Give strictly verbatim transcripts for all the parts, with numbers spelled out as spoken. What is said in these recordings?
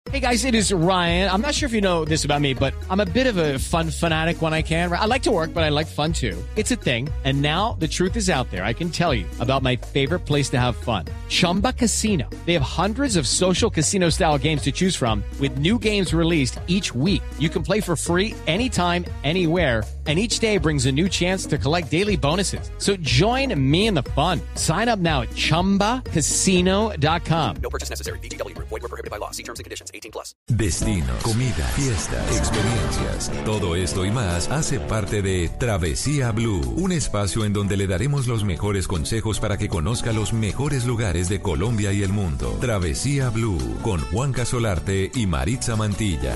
Hey guys, it is Ryan. I'm not sure if you know this about me, but I'm a bit of a fun fanatic when I can. I like to work, but I like fun too. It's a thing. And now the truth is out there. I can tell you about my favorite place to have fun. Chumba Casino. They have hundreds of social casino style games to choose from with new games released each week. You can play for free anytime, anywhere. And each day brings a new chance to collect daily bonuses. So join me in the fun. Sign up now at chumba casino dot com. No purchase necessary. V G W. Void where prohibited by law. See terms and conditions. eighteen plus. Destinos, comida, fiestas, experiencias. Todo esto y más hace parte de Travesía Blue, un espacio en donde le daremos los mejores consejos para que conozca los mejores lugares de Colombia y el mundo. Travesía Blue con Juanca Solarte y Maritza Mantilla.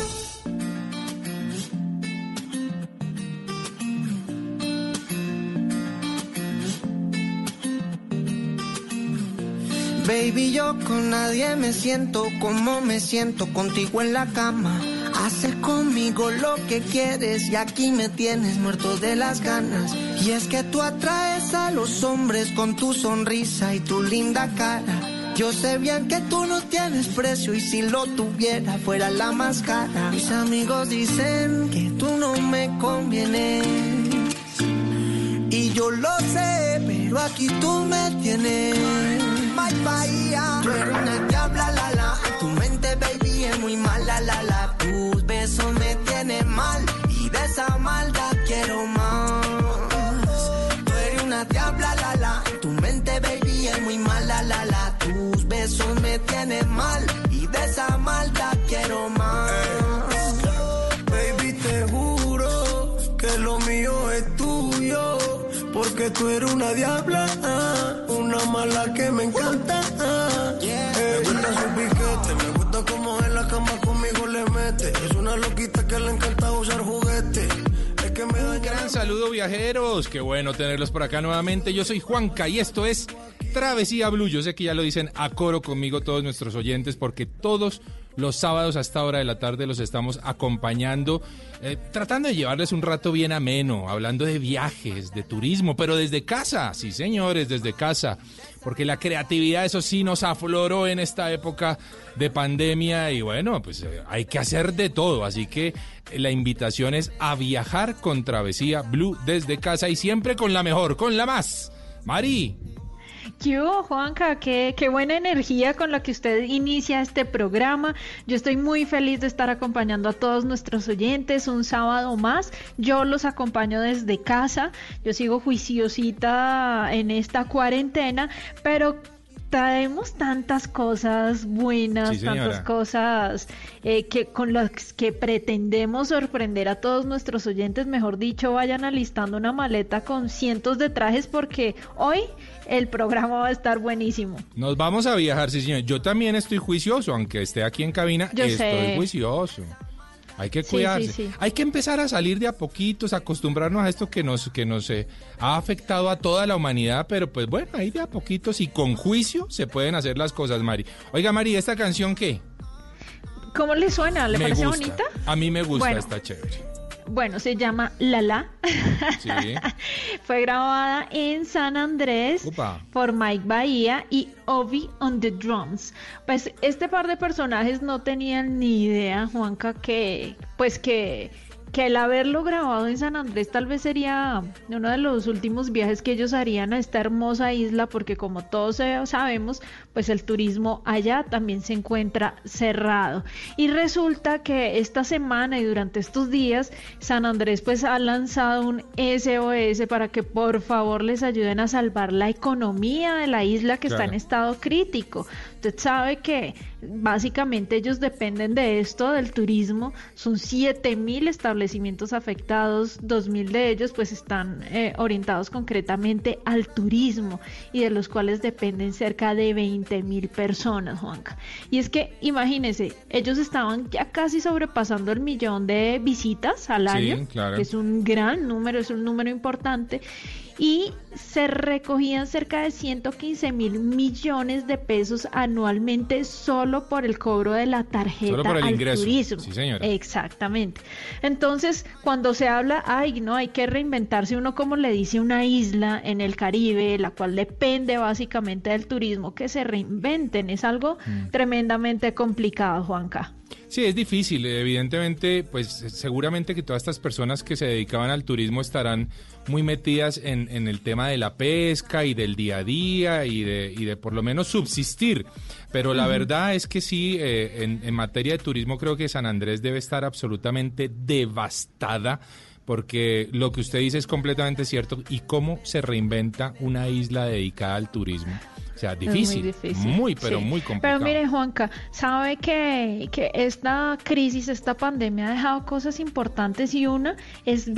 Baby, yo con nadie me siento como me siento contigo en la cama. Haces conmigo lo que quieres y aquí me tienes muerto de las ganas. Y es que tú atraes a los hombres con tu sonrisa y tu linda cara. Yo sé bien que tú no tienes precio y si lo tuviera fuera la más cara. Mis amigos dicen que tú no me convienes y yo lo sé, pero aquí tú me tienes. My Bahía, tú eres una diabla, la la. Tu mente, baby, es muy mala, la la. Tus besos me tienen mal y de esa maldad quiero más. Tú eres una diabla, la la. Tu mente, baby, es muy mala, la la. Tus besos me tienen mal y de esa maldad quiero más. Baby, te juro que lo mío es tuyo, porque tú eres una diabla, una mala que me encanta. Yeah. Me gusta su piquete, me gusta como en la cama conmigo le mete. Es una loquita que le encanta usar juguete. Es que me da Un gran saludo, viajeros. Qué bueno tenerlos por acá nuevamente. Yo soy Juanca y esto es Travesía Blue. Yo sé que ya lo dicen a coro conmigo todos nuestros oyentes, porque todos los sábados a esta hora de la tarde los estamos acompañando, eh, tratando de llevarles un rato bien ameno, hablando de viajes, de turismo, pero desde casa, sí señores, desde casa, porque la creatividad, eso sí, nos afloró en esta época de pandemia y bueno, pues eh, hay que hacer de todo, así que eh, la invitación es a viajar con Travesía Blue desde casa y siempre con la mejor, con la más. Mari. ¿Qué hubo, Juanca? Qué, qué buena energía con la que usted inicia este programa. Yo estoy muy feliz de estar acompañando a todos nuestros oyentes un sábado más. Yo los acompaño desde casa. Yo sigo juiciosita en esta cuarentena, pero traemos tantas cosas buenas, sí, tantas cosas eh, que con las que pretendemos sorprender a todos nuestros oyentes. Mejor dicho, vayan alistando una maleta con cientos de trajes porque hoy el programa va a estar buenísimo. Nos vamos a viajar, sí señor. Yo también estoy juicioso, aunque esté aquí en cabina, Yo estoy sé. juicioso. Hay que Sí, cuidarse. sí, sí. Hay que empezar a salir de a poquitos, acostumbrarnos a esto que nos que nos eh, ha afectado a toda la humanidad, pero pues bueno, ahí de a poquitos y con juicio se pueden hacer las cosas, Mari. Oiga, Mari, ¿esta canción qué? ¿Cómo le suena? ¿Le Me parece gusta. bonita? A mí me gusta, Bueno. está chévere. Bueno, se llama La La. Sí. Fue grabada en San Andrés Upa. por Mike Bahía y Ovi on the drums. Pues este par de personajes no tenían ni idea, Juanca, que pues que que el haberlo grabado en San Andrés tal vez sería uno de los últimos viajes que ellos harían a esta hermosa isla, porque como todos sabemos, pues el turismo allá también se encuentra cerrado. Y resulta que esta semana y durante estos días, San Andrés pues ha lanzado un S O S para que por favor les ayuden a salvar la economía de la isla que Claro. está en estado crítico. Usted sabe que básicamente ellos dependen de esto, del turismo. Son siete mil establecimientos afectados, dos mil de ellos pues están eh, orientados concretamente al turismo y de los cuales dependen cerca de veinte mil personas, Juanca. Y es que imagínense, ellos estaban ya casi sobrepasando el millón de visitas al Sí, año, claro. que es un gran número, es un número importante. y se recogían cerca de ciento quince mil millones de pesos anualmente solo por el cobro de la tarjeta Solo por el al ingreso. turismo. Sí, señora. Exactamente. Entonces, cuando se habla, ay, no, hay que reinventarse, uno como le dice una isla en el Caribe, la cual depende básicamente del turismo, que se reinventen, es algo mm. tremendamente complicado, Juanca. Sí, es difícil, evidentemente, pues seguramente que todas estas personas que se dedicaban al turismo estarán muy metidas en, en el tema de la pesca y del día a día y de, y de por lo menos subsistir, pero la uh-huh. verdad es que sí, eh, en, en materia de turismo creo que San Andrés debe estar absolutamente devastada, porque lo que usted dice es completamente cierto, y cómo se reinventa una isla dedicada al turismo. O sea, difícil, muy, difícil. muy pero sí. muy complicado. Pero mire, Juanca, sabe que, que esta crisis, esta pandemia ha dejado cosas importantes, y una es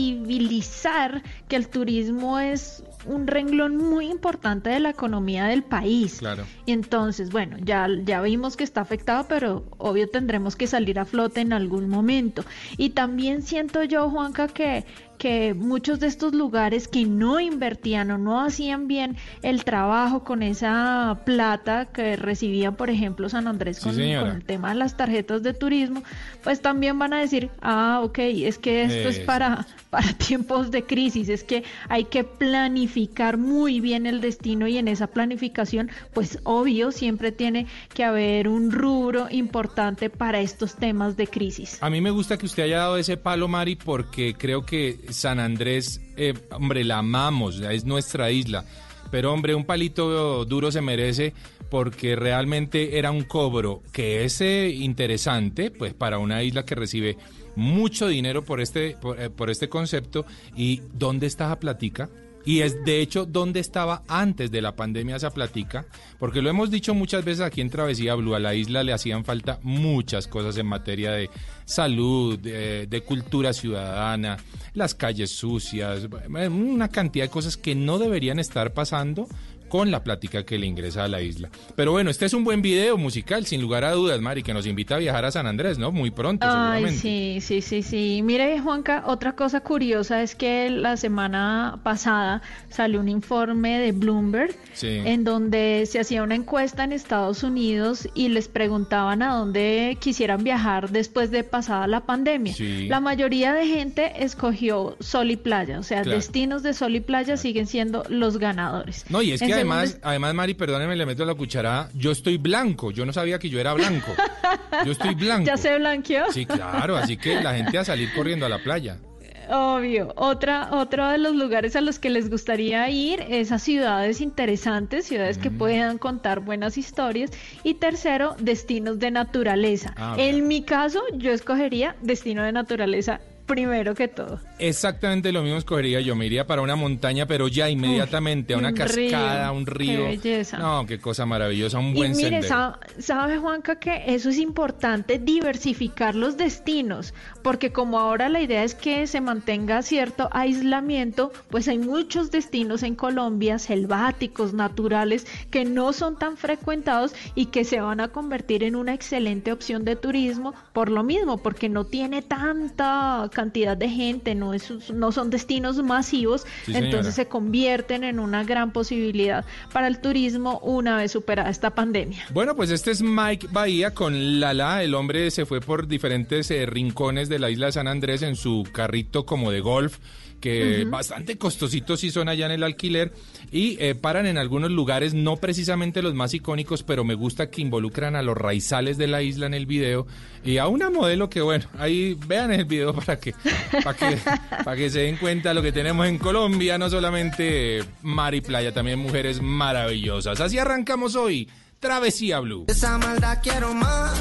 visibilizar que el turismo es un renglón muy importante de la economía del país. Claro. Y entonces, bueno, ya, ya vimos que está afectado, pero obvio tendremos que salir a flote en algún momento. Y también siento yo, Juanca, que que muchos de estos lugares que no invertían o no hacían bien el trabajo con esa plata que recibían, por ejemplo, San Andrés con, sí, con el tema de las tarjetas de turismo, pues también van a decir, ah, ok, es que esto Eso. es para, para tiempos de crisis, es que hay que planificar muy bien el destino, y en esa planificación, pues obvio, siempre tiene que haber un rubro importante para estos temas de crisis. A mí me gusta que usted haya dado ese palo, Mari, porque creo que San Andrés, eh, hombre, la amamos, es nuestra isla, pero hombre, un palito duro se merece, porque realmente era un cobro que es eh, interesante, pues para una isla que recibe mucho dinero por este, por, eh, por este concepto. ¿Y dónde está esa platica? Y es de hecho donde estaba antes de la pandemia esa platica, porque lo hemos dicho muchas veces aquí en Travesía Blue, a la isla le hacían falta muchas cosas en materia de salud, de, de cultura ciudadana, las calles sucias, una cantidad de cosas que no deberían estar pasando con la plática que le ingresa a la isla. Pero bueno, este es un buen video musical, sin lugar a dudas, Mari, que nos invita a viajar a San Andrés, ¿no? Muy pronto, Ay, seguramente. sí, sí, sí, sí. Mire, Juanca, otra cosa curiosa es que la semana pasada salió un informe de Bloomberg, sí. en donde se hacía una encuesta en Estados Unidos y les preguntaban a dónde quisieran viajar después de pasada la pandemia. Sí. La mayoría de gente escogió sol y playa, o sea, claro. destinos de sol y playa claro. siguen siendo los ganadores. No, y es en que además, segundo... además, Mari, perdóneme, le meto la cuchara, yo estoy blanco, yo no sabía que yo era blanco, yo estoy blanco. ¿Ya se blanqueó? Sí, claro, así que la gente a salir corriendo a la playa. Obvio. Otra, otro de los lugares a los que les gustaría ir es a ciudades interesantes, ciudades mm. que puedan contar buenas historias. Y tercero, destinos de naturaleza. Ah, en bueno. mi caso, yo escogería destino de naturaleza primero que todo. Exactamente lo mismo escogería yo, me iría para una montaña, pero ya inmediatamente, Uf, a una cascada, río, un río. Qué belleza. No, qué cosa maravillosa, un buen y mire, sendero. Sabe, sabe, Juanca, que eso es importante, diversificar los destinos, porque como ahora la idea es que se mantenga cierto aislamiento, pues hay muchos destinos en Colombia, selváticos, naturales, que no son tan frecuentados y que se van a convertir en una excelente opción de turismo, por lo mismo, porque no tiene tanta cantidad de gente, no, es, no son destinos masivos, sí, entonces señora. se convierten en una gran posibilidad para el turismo una vez superada esta pandemia. Bueno, pues este es Mike Bahía con Lala, el hombre se fue por diferentes eh, rincones de la isla de San Andrés en su carrito como de golf, que uh-huh. bastante costositos sí son allá en el alquiler, y eh, paran en algunos lugares, no precisamente los más icónicos, pero me gusta que involucran a los raizales de la isla en el video, y a una modelo que, bueno, ahí vean el video para que, para que, para que se den cuenta de lo que tenemos en Colombia, no solamente mar y playa, también mujeres maravillosas. Así arrancamos hoy, Travesía Blue. Esa maldad quiero más,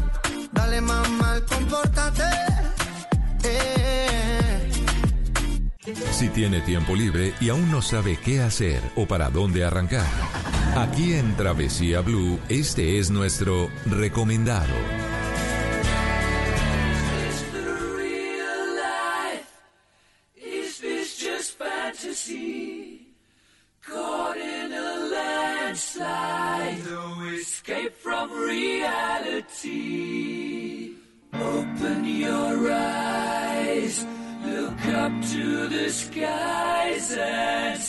dale más mal, compórtate. Si tiene tiempo libre y aún no sabe qué hacer o para dónde arrancar, aquí en Travesía Blue, este es nuestro recomendado. Open your eyes. Look up to the skies and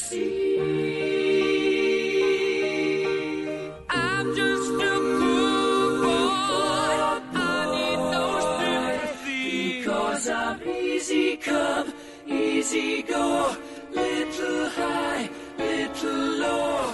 top, easy come, easy go, little high, little low.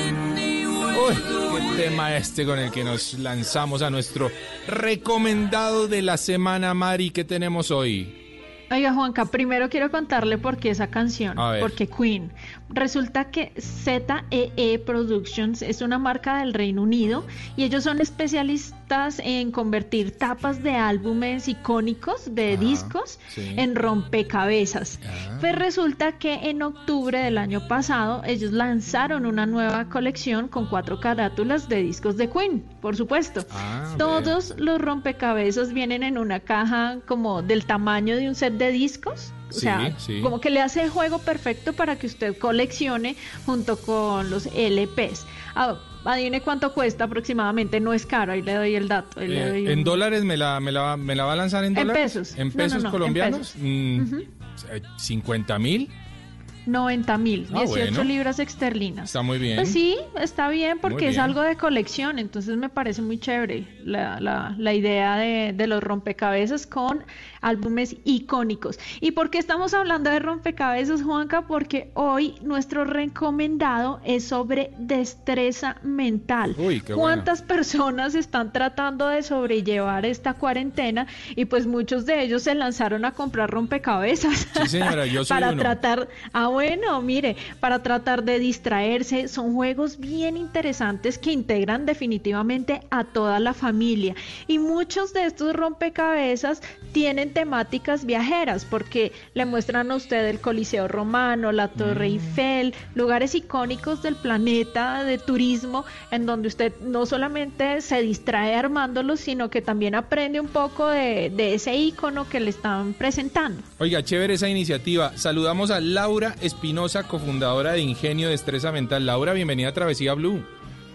Uy, qué tema este con el que nos lanzamos a nuestro recomendado de la semana, Mari. ¿Qué tenemos hoy? Oiga, Juanca, primero quiero contarle por qué esa canción, porque Queen. Resulta que Z E E Productions es una marca del Reino Unido y ellos son especialistas en convertir tapas de álbumes icónicos de Ajá, discos sí. en rompecabezas. Ah. Pues resulta que en octubre del año pasado ellos lanzaron una nueva colección con cuatro carátulas de discos de Queen, por supuesto. Ah, Todos bien. los rompecabezas vienen en una caja como del tamaño de un set de discos. O sí, sea, sí. como que le hace el juego perfecto para que usted coleccione junto con los L Pes. Ah, adivine cuánto cuesta aproximadamente, no es caro, ahí le doy el dato. Ahí eh, le doy ¿En un... dólares me la, me, la, me la va a lanzar en, en dólares? Pesos. ¿En pesos no, no, no, colombianos? En pesos. Mm, uh-huh. ¿cincuenta mil? noventa mil, ah, dieciocho bueno. libras esterlinas. Está muy bien. Pues sí, está bien porque bien. es algo de colección, entonces me parece muy chévere la, la, la idea de, de los rompecabezas con álbumes icónicos. ¿Y por qué estamos hablando de rompecabezas, Juanca? Porque hoy nuestro recomendado es sobre destreza mental. Uy, qué ¿Cuántas buena. personas están tratando de sobrellevar esta cuarentena? Y pues muchos de ellos se lanzaron a comprar rompecabezas. Sí, señora, yo soy para uno. tratar... Ah, bueno, mire, para tratar de distraerse, son juegos bien interesantes que integran definitivamente a toda la familia. Y muchos de estos rompecabezas tienen temáticas viajeras, porque le muestran a usted el Coliseo Romano, la Torre mm. Eiffel, lugares icónicos del planeta de turismo, en donde usted no solamente se distrae armándolos, sino que también aprende un poco de, de ese icono que le están presentando. Oiga, chévere esa iniciativa. Saludamos a Laura Espinosa, cofundadora de Ingenio Destreza Mental. Laura, bienvenida a Travesía Blue.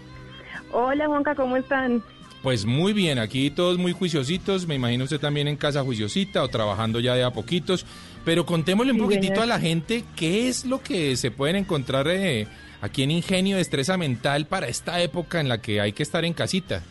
Hola, Juanca, ¿cómo están? Pues muy bien, aquí todos muy juiciositos, me imagino usted también en casa juiciosita o trabajando ya de a poquitos, pero contémosle un sí, poquitito bien. a la gente qué es lo que se pueden encontrar eh, aquí en Ingenio Destreza Mental para esta época en la que hay que estar en casita.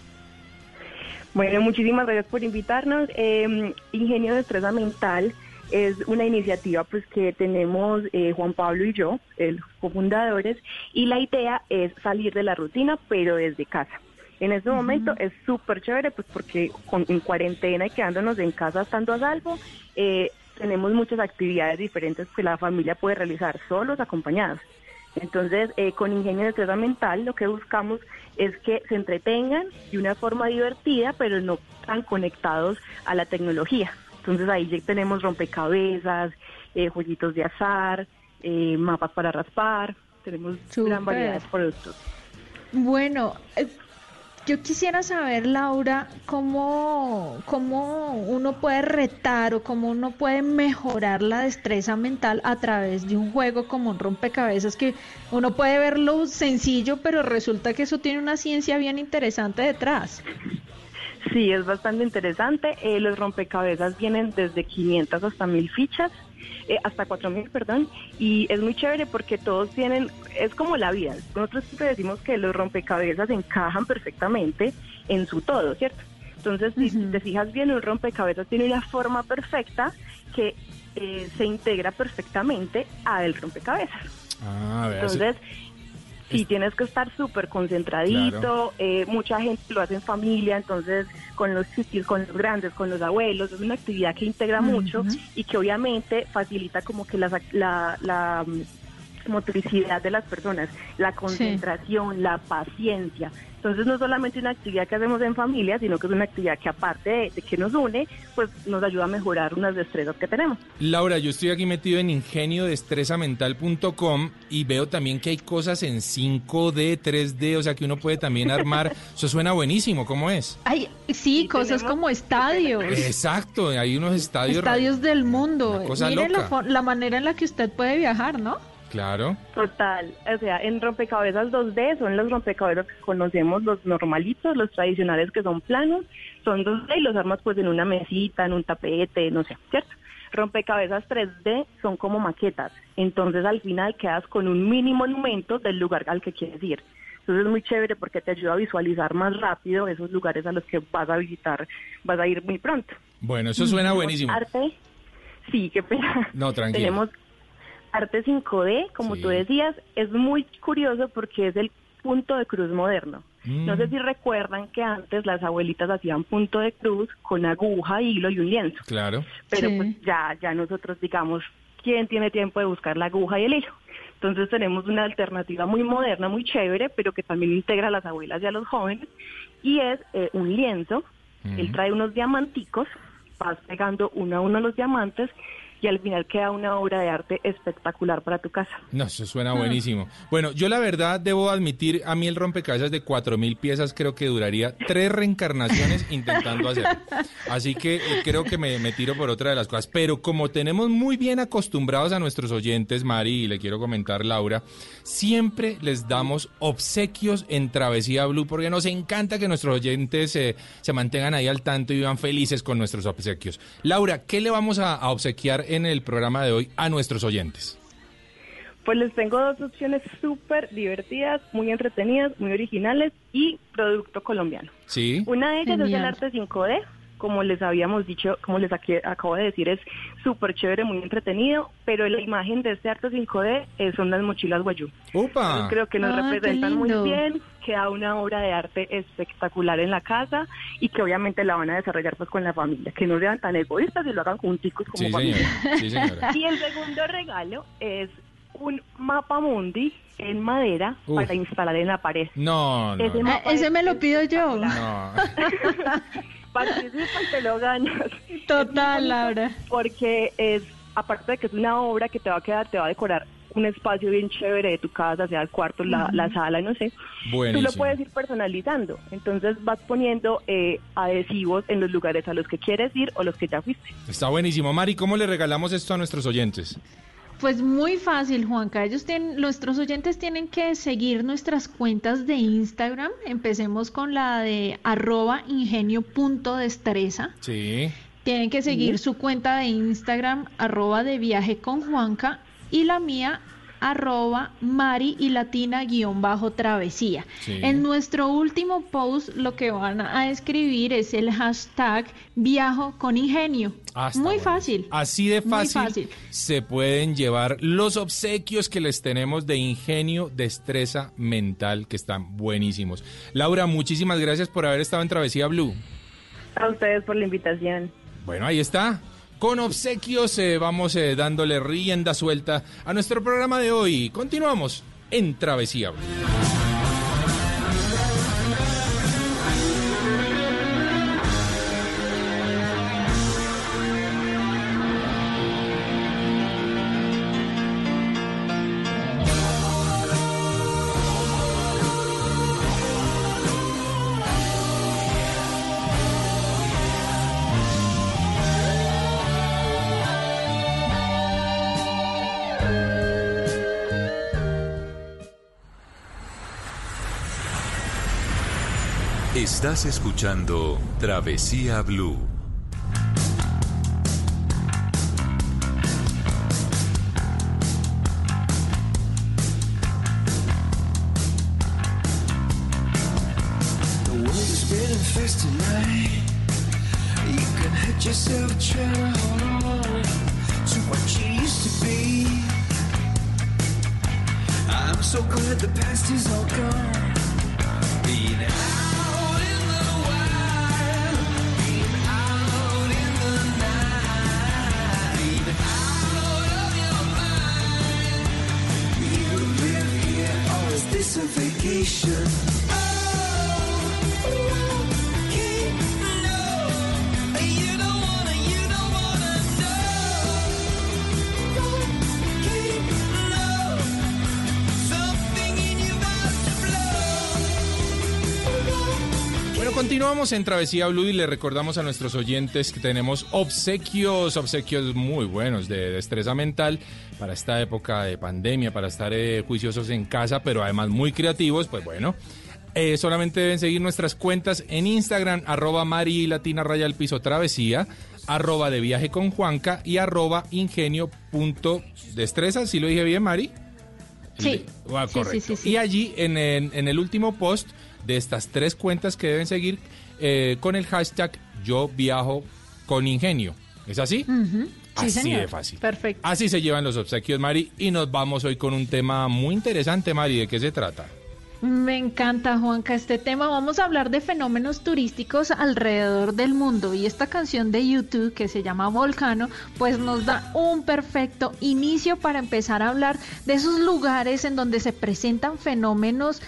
Bueno, muchísimas gracias por invitarnos. Eh, Ingenio Destreza Mental es una iniciativa pues que tenemos eh, Juan Pablo y yo, los cofundadores, y la idea es salir de la rutina, pero desde casa. En este uh-huh. momento es súper chévere, pues porque con, en cuarentena y quedándonos en casa estando a salvo, eh, tenemos muchas actividades diferentes que la familia puede realizar, solos, acompañados. Entonces, eh, con Ingenio de Destreza Mental lo que buscamos es que se entretengan de una forma divertida, pero no tan conectados a la tecnología. Entonces ahí ya tenemos rompecabezas, eh, jueguitos de azar, eh, mapas para raspar, tenemos Super. gran variedad de productos. Bueno, eh, yo quisiera saber, Laura, cómo, cómo uno puede retar o cómo uno puede mejorar la destreza mental a través de un juego como un rompecabezas, que uno puede verlo sencillo, pero resulta que eso tiene una ciencia bien interesante detrás. Sí, es bastante interesante. Eh, los rompecabezas vienen desde quinientas hasta mil fichas, eh, hasta cuatro mil, perdón, y es muy chévere porque todos tienen, es como la vida. Nosotros siempre decimos que los rompecabezas encajan perfectamente en su todo, ¿cierto? Entonces, uh-huh. si te fijas bien, un rompecabezas tiene una forma perfecta que eh, se integra perfectamente al rompecabezas. Ah, a ver, Entonces... Sí, tienes que estar súper concentradito, claro. eh, mucha gente lo hace en familia, entonces con los chiquis, con los grandes, con los abuelos, es una actividad que integra uh-huh. mucho y que obviamente facilita como que la, la, la motricidad de las personas, la concentración, sí. la paciencia. Entonces no es solamente una actividad que hacemos en familia, sino que es una actividad que aparte de, de que nos une, pues nos ayuda a mejorar unas destrezas que tenemos. Laura, yo estoy aquí metido en ingenio destreza mental punto com y veo también que hay cosas en cinco D, tres D, o sea que uno puede también armar. Eso suena buenísimo, ¿cómo es? Ay, sí, y cosas tenemos... como estadios. Exacto, hay unos estadios. Estadios del mundo. Miren la, la manera en la que usted puede viajar, ¿no? Claro. Total, o sea, en rompecabezas dos D son los rompecabezas que conocemos, los normalitos, los tradicionales que son planos, son dos D y los armas pues en una mesita, en un tapete, no sé, ¿cierto? Rompecabezas tres D son como maquetas, entonces al final quedas con un mini monumento del lugar al que quieres ir. Entonces es muy chévere porque te ayuda a visualizar más rápido esos lugares a los que vas a visitar, vas a ir muy pronto. Bueno, eso suena buenos buenísimo. Arte, Sí, qué pena. No, tranquilo. Tenemos arte cinco D, como Sí. tú decías, es muy curioso porque es el punto de cruz moderno. Mm. No sé si recuerdan que antes las abuelitas hacían punto de cruz con aguja, hilo y un lienzo. Claro. Pero Sí. pues ya, ya nosotros digamos, ¿quién tiene tiempo de buscar la aguja y el hilo? Entonces tenemos una alternativa muy moderna, muy chévere, pero que también integra a las abuelas y a los jóvenes, y es eh, un lienzo. Mm. Él trae unos diamanticos, vas pegando uno a uno los diamantes, y al final queda una obra de arte espectacular para tu casa. No, eso suena buenísimo. Bueno, yo la verdad debo admitir, a mí el rompecabezas de cuatro mil piezas creo que duraría tres reencarnaciones intentando hacerlo. Así que eh, creo que me, me tiro por otra de las cosas. Pero como tenemos muy bien acostumbrados a nuestros oyentes, Mari, y le quiero comentar, Laura, siempre les damos obsequios en Travesía Blue, porque nos encanta que nuestros oyentes eh, se mantengan ahí al tanto y vivan felices con nuestros obsequios. Laura, ¿qué le vamos a, a obsequiar en el programa de hoy a nuestros oyentes? Pues les tengo dos opciones súper divertidas, muy entretenidas, muy originales y producto colombiano. Sí. Una de ellas es el Genial. arte cinco D, como les habíamos dicho, como les aquí- acabo de decir, es súper chévere, muy entretenido, pero la imagen de este arte cinco D eh, son las mochilas Guayú. ¡Upa! Entonces, creo que nos Ah, qué representan muy lindo. bien, queda una obra de arte espectacular en la casa y que obviamente la van a desarrollar pues con la familia, que no sean tan egoístas y lo hagan junticos como Sí, familia. señora. Sí, señora. Y el segundo regalo es un mapa mundi en madera Uf. para instalar en la pared. No, no, Ese no. Ah, ese me lo pido yo. No. Participa y te lo ganas. Total, Laura. Porque es, aparte de que es una obra que te va a quedar, te va a decorar un espacio bien chévere de tu casa, sea el cuarto, la, la sala, no sé. Tú Buenísimo. lo puedes ir personalizando. Entonces vas poniendo eh, adhesivos en los lugares a los que quieres ir o los que ya fuiste. Está buenísimo. Mari, ¿cómo le regalamos esto a nuestros oyentes? Pues muy fácil, Juanca. Ellos tienen, nuestros oyentes tienen que seguir nuestras cuentas de Instagram. Empecemos con la de arroba ingenio punto destreza. Sí. Tienen que seguir su cuenta de Instagram, arroba de viaje con Juanca, y la mía, arroba Mari y Latina guión bajo travesía. Sí. En nuestro último post lo que van a escribir es el hashtag viajo con ingenio. Ah, está Muy bueno. fácil. Así de Muy fácil, fácil. se pueden llevar los obsequios que les tenemos de ingenio, destreza mental, que están buenísimos. Laura, muchísimas gracias por haber estado en Travesía Blue. A ustedes por la invitación. Bueno, ahí está. Con obsequios eh, vamos eh, dándole rienda suelta a nuestro programa de hoy. Continuamos en Travesía Blue. Estás escuchando Travesía Blue. The world is spinning fast tonight. You can hurt yourself trying to hold on to what you used to be. I'm so glad the past is all gone. Being out in the wild, being out in the night, being out of your mind. You live here, or is this a vacation? Bueno, continuamos en Travesía Blue y le recordamos a nuestros oyentes que tenemos obsequios, obsequios muy buenos de destreza mental para esta época de pandemia, para estar eh, juiciosos en casa, pero además muy creativos. Pues bueno, eh, solamente deben seguir nuestras cuentas en Instagram, arroba Mari Latina Raya al Piso Travesía, arroba de viaje con Juanca y arroba ingenio punto destreza. ¿Sí lo dije bien, Mari? Sí. Ah, Sí, correcto. sí, sí, sí. Y allí en, en, en el último post de estas tres cuentas que deben seguir eh, con el hashtag Yo Viajo con Ingenio. ¿Es así? Ujú. Sí, Así señor. de fácil. Perfecto. Así se llevan los obsequios, Mari, y nos vamos hoy con un tema muy interesante, Mari. ¿De qué se trata? Me encanta, Juanca, este tema. Vamos a hablar de fenómenos turísticos alrededor del mundo y esta canción de YouTube que se llama Volcano, pues nos da un perfecto inicio para empezar a hablar de esos lugares en donde se presentan fenómenos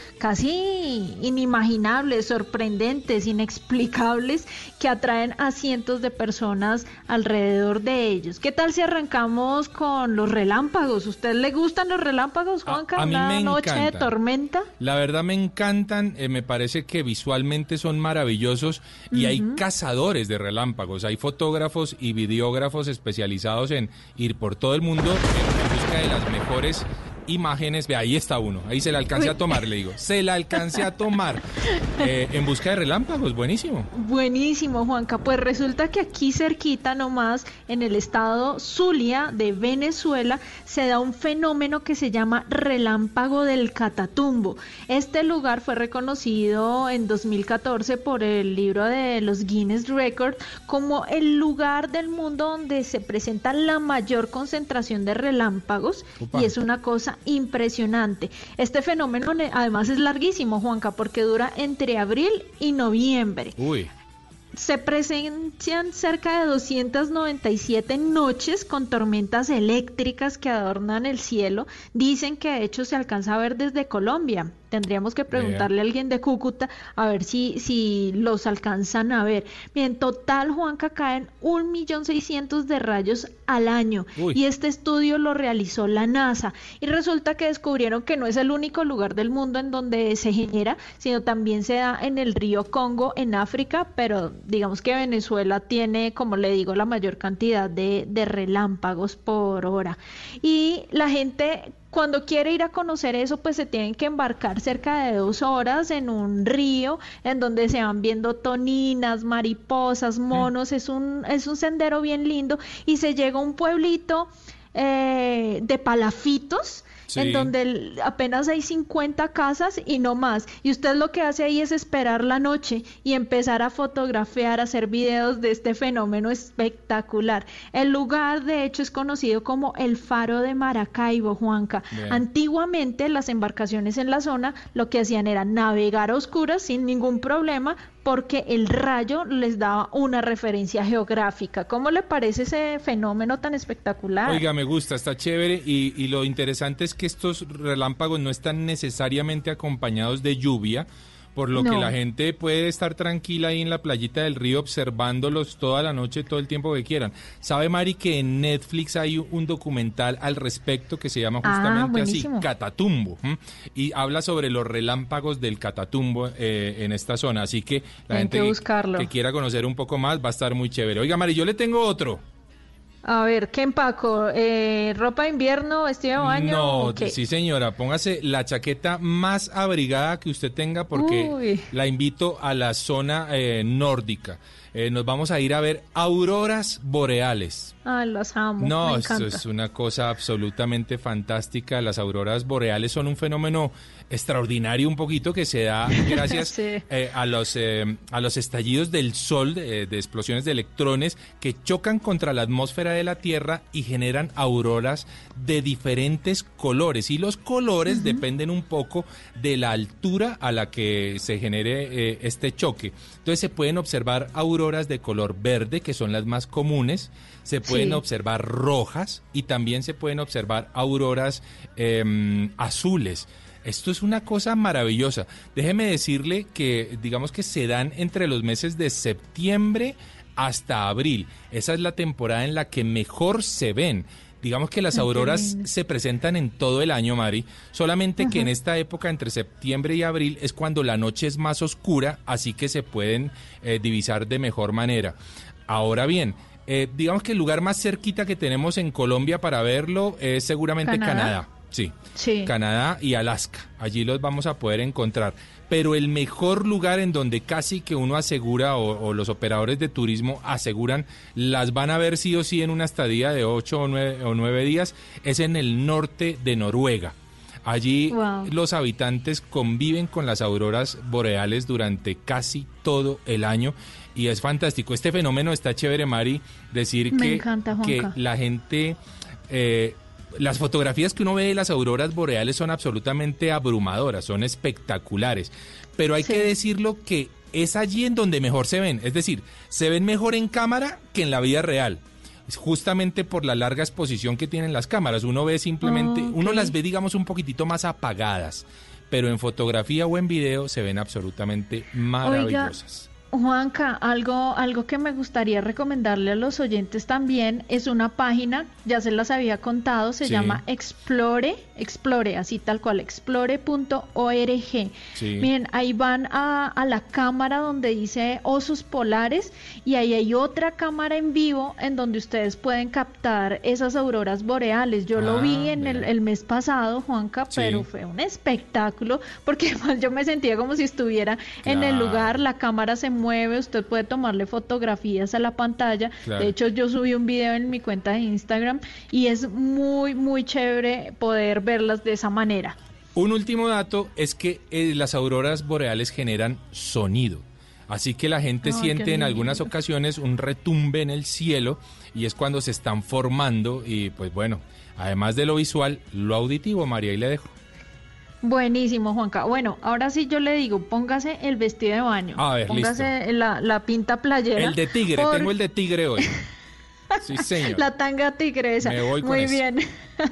casi inimaginables, sorprendentes, inexplicables, que atraen a cientos de personas alrededor de ellos. ¿Qué tal si arrancamos con los relámpagos? ¿Usted le gustan los relámpagos, Juanca? A- a mí Una me noche de encantan. tormenta. La verdad me encantan, eh, me parece que visualmente son maravillosos y hay cazadores de relámpagos, hay fotógrafos y videógrafos especializados en ir por todo el mundo en, en busca de las mejores imágenes. Ve, ahí está uno, ahí se la alcancé a tomar, le digo, se la alcancé a tomar, eh, en busca de relámpagos, buenísimo. Buenísimo, Juanca. Pues resulta que aquí cerquita nomás, en el estado Zulia de Venezuela, se da un fenómeno que se llama relámpago del Catatumbo. Este lugar fue reconocido en dos mil catorce por el libro de los Guinness Records como el lugar del mundo donde se presenta la mayor concentración de relámpagos. Upa. Y es una cosa impresionante. Este fenómeno ne- además es larguísimo, Juanca, porque dura entre abril y noviembre. Uy. Se presencian cerca de doscientas noventa y siete noches con tormentas eléctricas que adornan el cielo. Dicen que de hecho se alcanza a ver desde Colombia. Tendríamos que preguntarle a alguien de Cúcuta a ver si, si los alcanzan a ver. Bien, en total, Juanca, caen un millón seiscientos de rayos al año. Uy. Y este estudio lo realizó la NASA. Y resulta que descubrieron que no es el único lugar del mundo en donde se genera, sino también se da en el río Congo, en África, pero digamos que Venezuela tiene, como le digo, la mayor cantidad de, de relámpagos por hora. Y la gente, cuando quiere ir a conocer eso, pues se tienen que embarcar cerca de dos horas en un río en donde se van viendo toninas, mariposas, monos. Es un, es un sendero bien lindo y se llega a un pueblito eh, de palafitos. Sí. En donde el- apenas hay cincuenta casas y no más. Y usted lo que hace ahí es esperar la noche y empezar a fotografiar, a hacer videos de este fenómeno espectacular. El lugar, de hecho, es conocido como el Faro de Maracaibo, Juanca. Bien. Antiguamente, las embarcaciones en la zona lo que hacían era navegar a oscuras sin ningún problema, porque el rayo les daba una referencia geográfica. ¿Cómo le parece ese fenómeno tan espectacular? Oiga, me gusta, está chévere y, y lo interesante es que estos relámpagos no están necesariamente acompañados de lluvia, por lo No. que la gente puede estar tranquila ahí en la playita del río observándolos toda la noche, todo el tiempo que quieran. ¿Sabe, Mari, que en Netflix hay un un documental al respecto que se llama Ah, justamente así, buenísimo. Catatumbo? ¿m? Y habla sobre los relámpagos del Catatumbo eh, en esta zona, así que la Hay gente que buscarlo. que quiera conocer un poco más va a estar muy chévere. Oiga, Mari, yo le tengo otro. A ver, ¿qué empaco? Eh, ¿ropa de invierno, vestido de baño? No, o qué? sí señora, póngase la chaqueta más abrigada que usted tenga porque Uy. la invito a la zona eh, nórdica. Eh, nos vamos a ir a ver auroras boreales. Ay, los amo. No, me esto encanta. es una cosa absolutamente fantástica. Las auroras boreales son un fenómeno extraordinario un poquito que se da gracias Sí. eh, a los eh, a los estallidos del sol, de, de explosiones de electrones que chocan contra la atmósfera de la Tierra y generan auroras de diferentes colores. Y los colores dependen un poco de la altura a la que se genere eh, este choque. Entonces se pueden observar auroras de color verde, que son las más comunes. Se pueden Sí. observar rojas y también se pueden observar auroras eh, azules. Esto es una cosa maravillosa. Déjeme decirle que, digamos que se dan entre los meses de septiembre hasta abril. Esa es la temporada en la que mejor se ven. Digamos que las Ay, qué auroras lindo. se presentan en todo el año, Mari, solamente que en esta época, entre septiembre y abril, es cuando la noche es más oscura, así que se pueden eh, divisar de mejor manera. Ahora bien, eh, digamos que el lugar más cerquita que tenemos en Colombia para verlo es seguramente ¿Canadá? Canadá. Sí, Sí. Canadá y Alaska. Allí los vamos a poder encontrar. Pero el mejor lugar en donde casi que uno asegura o, o los operadores de turismo aseguran las van a ver sí o sí en una estadía de ocho o nueve, o nueve días es en el norte de Noruega. Allí Wow. los habitantes conviven con las auroras boreales durante casi todo el año y es fantástico. Este fenómeno está chévere, Mari, decir Me que, encanta, que Juanca. la gente... Eh, las fotografías que uno ve de las auroras boreales son absolutamente abrumadoras, son espectaculares, pero hay Sí. que decirlo que es allí en donde mejor se ven, es decir, se ven mejor en cámara que en la vida real. Justamente por la larga exposición que tienen las cámaras, uno ve simplemente, Ah, ok. uno las ve digamos un poquitito más apagadas, pero en fotografía o en video se ven absolutamente maravillosas. Juanca, algo, algo que me gustaría recomendarle a los oyentes también es una página, ya se las había contado, se Sí. llama Explore, Explore, así tal cual, explore punto org. Sí. Miren, ahí van a, a la cámara donde dice osos polares y ahí hay otra cámara en vivo en donde ustedes pueden captar esas auroras boreales. Yo lo Ah, vi en el, mira. el mes pasado, Juanca, Sí. pero fue un espectáculo porque además yo me sentía como si estuviera en el Claro. lugar, la cámara se mueve, usted puede tomarle fotografías a la pantalla. Claro. De hecho, yo subí un video en mi cuenta de Instagram y es muy, muy chévere poder verlas de esa manera. Un último dato es que eh, las auroras boreales generan sonido. Así que la gente Ay, siente qué en lindo. algunas ocasiones un retumbe en el cielo y es cuando se están formando y pues bueno, además de lo visual, lo auditivo, María, y le dejo. Buenísimo, Juanca. Bueno, ahora sí yo le digo, póngase el vestido de baño. A ver, póngase la, la pinta playera. El de tigre, por- tengo el de tigre hoy. Sí, señor. La tanga tigresa. Me voy con Muy eso. bien.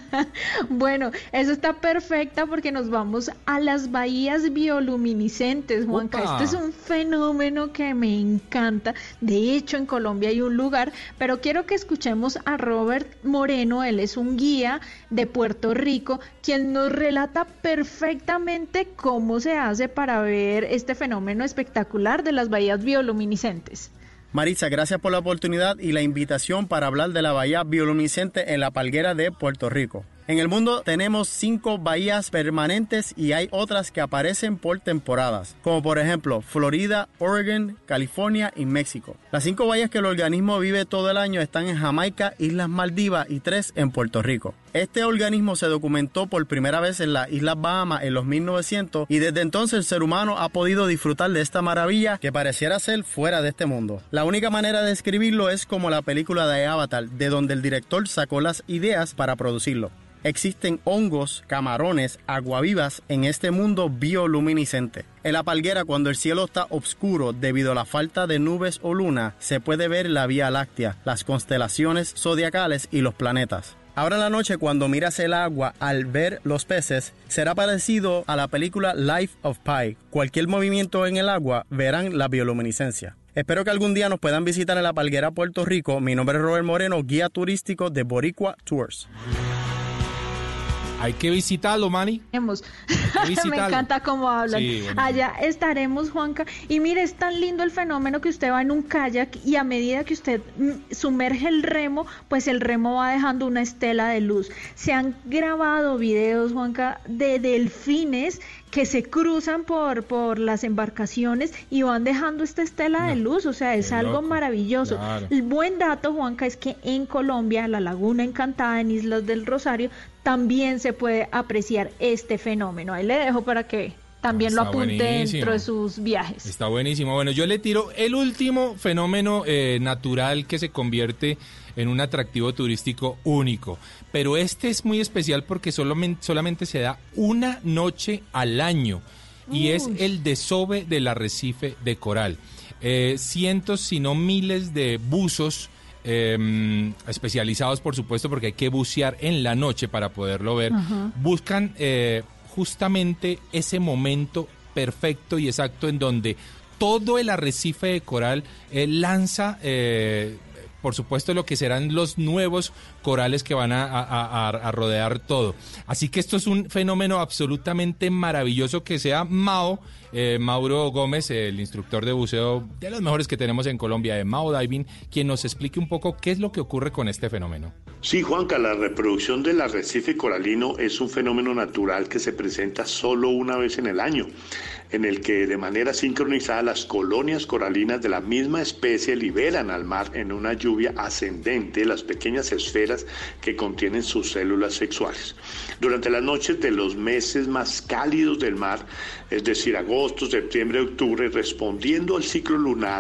Bueno, eso está perfecta porque nos vamos a las bahías bioluminiscentes, Juanca. ¡Upa! Este es un fenómeno que me encanta. De hecho, en Colombia hay un lugar, pero quiero que escuchemos a Robert Moreno. Él es un guía de Puerto Rico, quien nos relata perfectamente cómo se hace para ver este fenómeno espectacular de las bahías bioluminiscentes. Maritza, gracias por la oportunidad y la invitación para hablar de la bahía bioluminiscente en la Palguera de Puerto Rico. En el mundo tenemos cinco bahías permanentes y hay otras que aparecen por temporadas, como por ejemplo Florida, Oregon, California y México. Las cinco bahías que el organismo vive todo el año están en Jamaica, Islas Maldivas y tres en Puerto Rico. Este organismo se documentó por primera vez en las Islas Bahamas en los mil novecientos y desde entonces el ser humano ha podido disfrutar de esta maravilla que pareciera ser fuera de este mundo. La única manera de describirlo es como la película de Avatar, de donde el director sacó las ideas para producirlo. Existen hongos, camarones, aguavivas en este mundo bioluminiscente. En la Palguera, cuando el cielo está oscuro debido a la falta de nubes o luna, se puede ver la Vía Láctea, las constelaciones zodiacales y los planetas. Ahora en la noche, cuando miras el agua al ver los peces, será parecido a la película Life of Pi. Cualquier movimiento en el agua verán la bioluminiscencia. Espero que algún día nos puedan visitar en la Palguera, Puerto Rico. Mi nombre es Robert Moreno, guía turístico de Boricua Tours. Hay que visitarlo, Manny. Hemos. que visitarlo. Me encanta cómo hablan. Sí, buenísimo. Allá estaremos, Juanca. Y mire, es tan lindo el fenómeno que usted va en un kayak y a medida que usted mm, sumerge el remo, pues el remo va dejando una estela de luz. Se han grabado videos, Juanca, de delfines que se cruzan por, por las embarcaciones y van dejando esta estela de luz, o sea, es qué algo loco. maravilloso. Claro. El buen dato, Juanca, es que en Colombia, la Laguna Encantada, en Islas del Rosario, también se puede apreciar este fenómeno. Ahí le dejo para que también lo Está apunte buenísimo. dentro de sus viajes. Está buenísimo. Bueno, yo le tiro el último fenómeno eh, natural que se convierte en un atractivo turístico único. Pero este es muy especial porque solamente, solamente se da una noche al año y es el desove del arrecife de coral. Eh, cientos, si no miles de buzos eh, especializados, por supuesto, porque hay que bucear en la noche para poderlo ver, Ajá. buscan eh, justamente ese momento perfecto y exacto en donde todo el arrecife de coral eh, lanza, eh, por supuesto, lo que serán los nuevos corales que van a, a- a- a rodear todo. Así que esto es un fenómeno absolutamente maravilloso que sea Mao, eh, Mauro Gómez, el instructor de buceo de los mejores que tenemos en Colombia, de Mao Diving, quien nos explique un poco qué es lo que ocurre con este fenómeno. Sí, Juanca, la reproducción del arrecife coralino es un fenómeno natural que se presenta solo una vez en el año, en el que de manera sincronizada las colonias coralinas de la misma especie liberan al mar en una lluvia ascendente las pequeñas esferas que contienen sus células sexuales. Durante las noches de los meses más cálidos del mar, es decir, agosto, septiembre, octubre, respondiendo al ciclo lunar,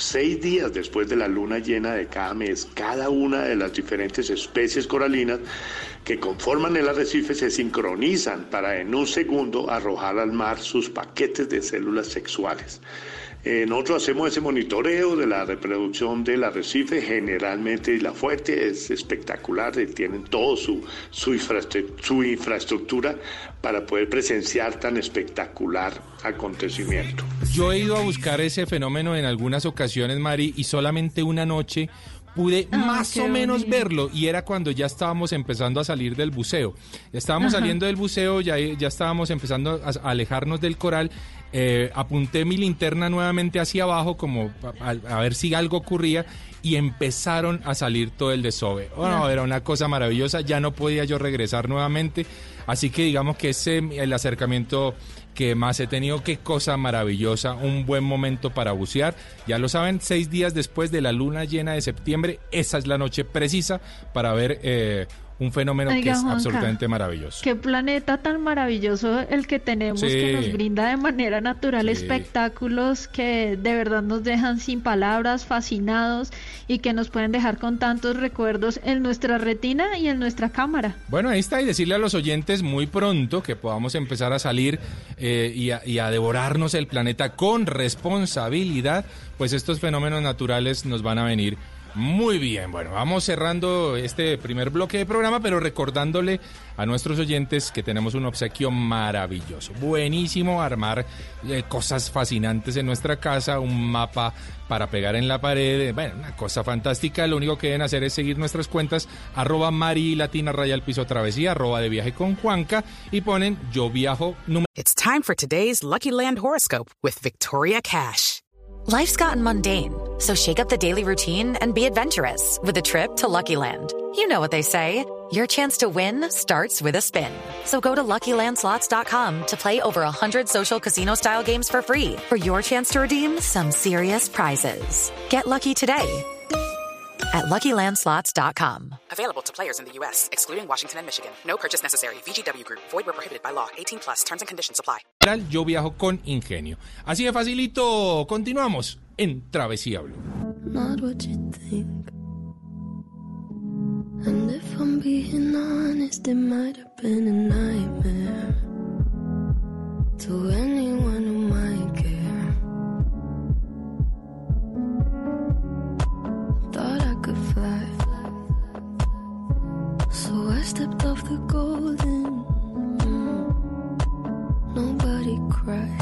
Seis días después de la luna llena de cada mes, cada una de las diferentes especies coralinas que conforman el arrecife se sincronizan para en un segundo arrojar al mar sus paquetes de células sexuales. Eh, nosotros hacemos ese monitoreo de la reproducción del arrecife, generalmente Isla Fuerte es espectacular, eh, tienen todo su, su, infraestru- su infraestructura para poder presenciar tan espectacular acontecimiento. Yo he ido a buscar ese fenómeno en algunas ocasiones, Mari, y solamente una noche pude Ah, más qué o menos bonito. verlo, y era cuando ya estábamos empezando a salir del buceo. Ya estábamos Ajá. saliendo del buceo, ya, ya estábamos empezando a, a alejarnos del coral. Eh, apunté mi linterna nuevamente hacia abajo como a, a ver si algo ocurría, y empezaron a salir todo el desove. Bueno, era una cosa maravillosa, ya no podía yo regresar nuevamente, así que digamos que ese el acercamiento que más he tenido. Qué cosa maravillosa, un buen momento para bucear. Ya lo saben, seis días después de la luna llena de septiembre, esa es la noche precisa para ver eh, un fenómeno Oiga, que es Juanca, absolutamente maravilloso. Qué planeta tan maravilloso el que tenemos, Sí. que nos brinda de manera natural Sí. espectáculos que de verdad nos dejan sin palabras, fascinados, y que nos pueden dejar con tantos recuerdos en nuestra retina y en nuestra cámara. Bueno, ahí está, y decirle a los oyentes muy pronto que podamos empezar a salir eh, y, a, y a devorarnos el planeta con responsabilidad, pues estos fenómenos naturales nos van a venir muy bien. Bueno, vamos cerrando este primer bloque de programa, pero recordándole a nuestros oyentes que tenemos un obsequio maravilloso. Buenísimo armar eh, cosas fascinantes en nuestra casa, un mapa para pegar en la pared, eh, bueno, una cosa fantástica. Lo único que deben hacer es seguir nuestras cuentas, arroba Mari Latina Raya al Piso Travesía, arroba de viaje con Juanca, y ponen Yo Viajo número. It's time for today's Lucky Land horoscope with Victoria Cash. Life's gotten mundane, so shake up the daily routine and be adventurous with a trip to Lucky Land. You know what they say, your chance to win starts with a spin. So go to Lucky Land Slots dot com to play over one hundred social casino-style games for free for your chance to redeem some serious prizes. Get lucky today at Lucky Land Slots dot com. Available to players in the U S, excluding Washington and Michigan. No purchase necessary. V G W Group. Void where prohibited by law. eighteen plus. Terms and conditions apply. Yo Viajo con Ingenio. Así de facilito, continuamos en Travesía Blue. Not what you think. And if I'm being honest, it might have been a nightmare to anyone who might care. Thought I could fly, so I stepped off the golden. Mm, nobody cried.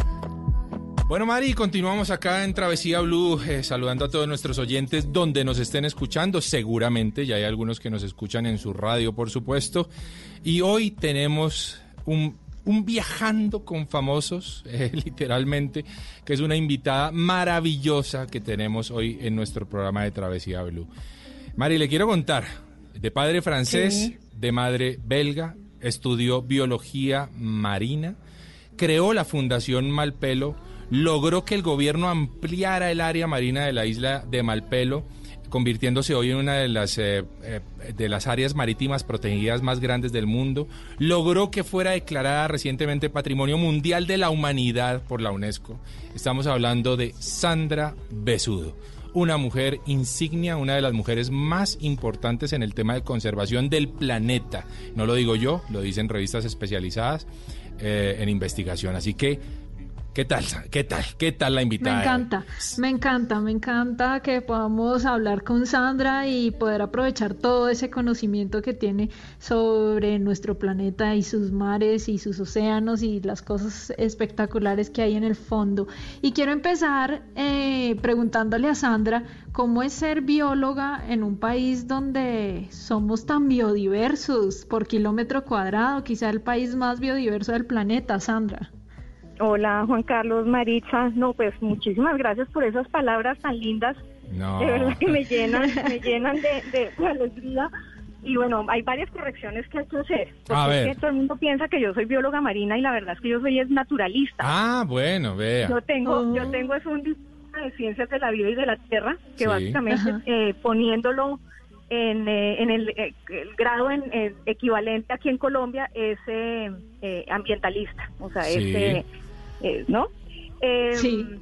Bueno, Mari, continuamos acá en Travesía Blue, eh, saludando a todos nuestros oyentes donde nos estén escuchando. Seguramente ya hay algunos que nos escuchan en su radio, por supuesto. Y hoy tenemos un, un viajando con famosos, eh, literalmente, que es una invitada maravillosa que tenemos hoy en nuestro programa de Travesía Blue. Mari, le quiero contar, de padre francés, Sí. de madre belga, estudió biología marina, creó la Fundación Malpelo, logró que el gobierno ampliara el área marina de la isla de Malpelo, convirtiéndose hoy en una de las, eh, eh, de las áreas marítimas protegidas más grandes del mundo. Logró que fuera declarada recientemente Patrimonio Mundial de la Humanidad por la UNESCO. Estamos hablando de Sandra Besudo, una mujer insignia, una de las mujeres más importantes en el tema de conservación del planeta. No lo digo yo, lo dicen revistas especializadas eh, en investigación. Así que, ¿Qué tal? ¿Qué tal? ¿Qué tal la invitada? Me encanta, me encanta, me encanta que podamos hablar con Sandra y poder aprovechar todo ese conocimiento que tiene sobre nuestro planeta y sus mares y sus océanos y las cosas espectaculares que hay en el fondo. Y quiero empezar eh, preguntándole a Sandra cómo es ser bióloga en un país donde somos tan biodiversos por kilómetro cuadrado, quizá el país más biodiverso del planeta, Sandra. Hola, Juan Carlos, Maritza. No, pues muchísimas gracias por esas palabras tan lindas. No. De verdad que me llenan, me llenan de, de, de alegría. Y bueno, hay varias correcciones que hay que hacer. Porque A ver. es que todo el mundo piensa que yo soy bióloga marina y la verdad es que yo soy es naturalista. Ah, bueno, vea. Yo tengo, Oh. yo tengo es un diploma de ciencias de la vida y de la tierra, que Sí. básicamente Ajá. eh, poniéndolo en, eh, en el, eh, el grado en, eh, equivalente aquí en Colombia es eh, eh, ambientalista, o sea, Sí. es, eh, eh, ¿no? Eh, Sí.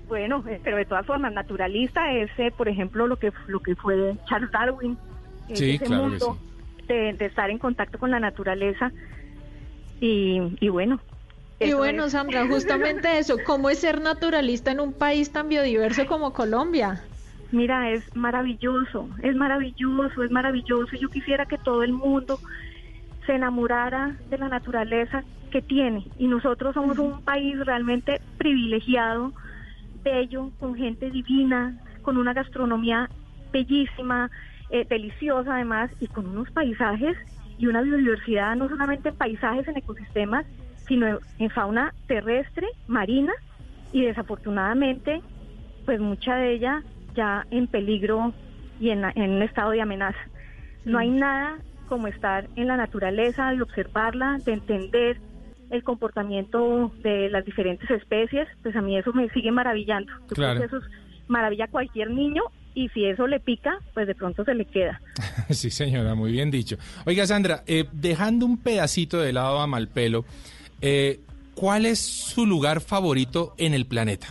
Bueno, eh, pero de todas formas, naturalista es, eh, por ejemplo, lo que lo que fue Charles Darwin, eh, Sí, ese claro que mundo de, de estar en contacto con la naturaleza y, y bueno. Y eso bueno, es. Sandra, justamente eso, ¿cómo es ser naturalista en un país tan biodiverso como Colombia? Mira, es maravilloso, es maravilloso, es maravilloso. Yo quisiera que todo el mundo se enamorara de la naturaleza que tiene. Y nosotros somos un país realmente privilegiado, bello, con gente divina, con una gastronomía bellísima, eh, deliciosa además, y con unos paisajes y una biodiversidad, no solamente en paisajes, en ecosistemas, sino en fauna terrestre, marina, y desafortunadamente, pues mucha de ella ya en peligro y en, en un estado de amenaza. No hay nada como estar en la naturaleza, de observarla, de entender el comportamiento de las diferentes especies. Pues a mí eso me sigue maravillando. Yo Claro. creo que eso es maravilla a cualquier niño, y si eso le pica, pues de pronto se le queda. Sí, señora, muy bien dicho. Oiga, Sandra, eh, dejando un pedacito de lado a Malpelo, eh, ¿cuál es su lugar favorito en el planeta?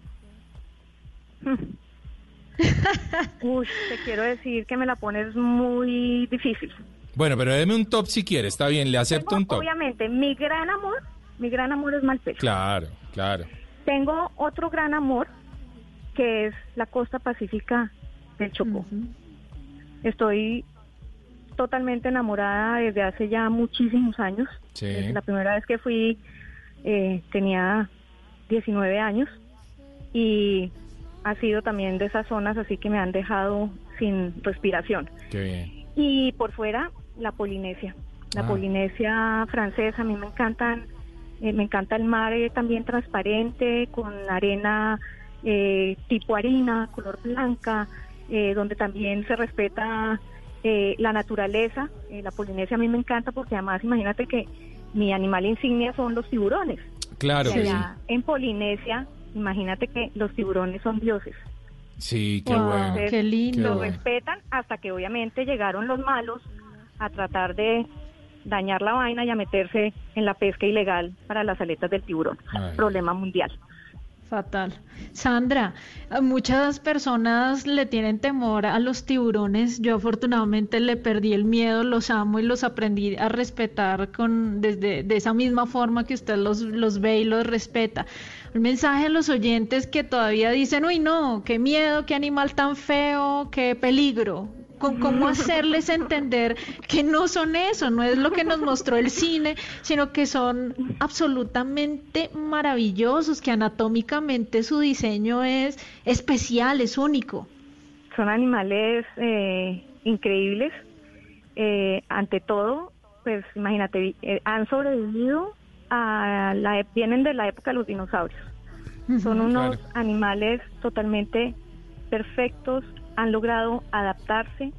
Uy, te quiero decir que me la pones muy difícil. Bueno, pero deme un top si quiere, está bien, le acepto Tengo, un top. obviamente, mi gran amor, mi gran amor es Malpelo. Claro, claro. Tengo otro gran amor, que es la costa pacífica del Chocó. Estoy totalmente enamorada desde hace ya muchísimos años. Sí. Desde la primera vez que fui eh, tenía diecinueve años, y ha sido también de esas zonas así que me han dejado sin respiración. Qué bien. Y por fuera, la Polinesia. La Ah. Polinesia francesa, a mí me encantan, eh, me encanta el mar eh, también transparente, con arena eh, tipo harina, color blanca, eh, donde también se respeta eh, la naturaleza. Eh, la Polinesia a mí me encanta porque además, imagínate que mi animal insignia son los tiburones. Claro Y que sí. allá en Polinesia, imagínate que los tiburones son dioses. Sí, qué Wow, bueno. Entonces, qué lindo. Lo bueno. respetan hasta que obviamente llegaron los malos a tratar de dañar la vaina y a meterse en la pesca ilegal para las aletas del tiburón. Ay. Problema mundial. Fatal. Sandra, a muchas personas le tienen temor a los tiburones. Yo afortunadamente le perdí el miedo, los amo y los aprendí a respetar con desde de esa misma forma que usted los, los ve y los respeta. Un mensaje a los oyentes que todavía dicen, uy no, qué miedo, qué animal tan feo, qué peligro. Con cómo hacerles entender que no son eso, no es lo que nos mostró el cine, sino que son absolutamente maravillosos, que anatómicamente su diseño es especial, es único. Son animales eh, increíbles. Eh, ante todo, pues imagínate, eh, han sobrevivido a la ep- vienen de la época de los dinosaurios. Son unos Claro. animales totalmente perfectos, han logrado adaptarse,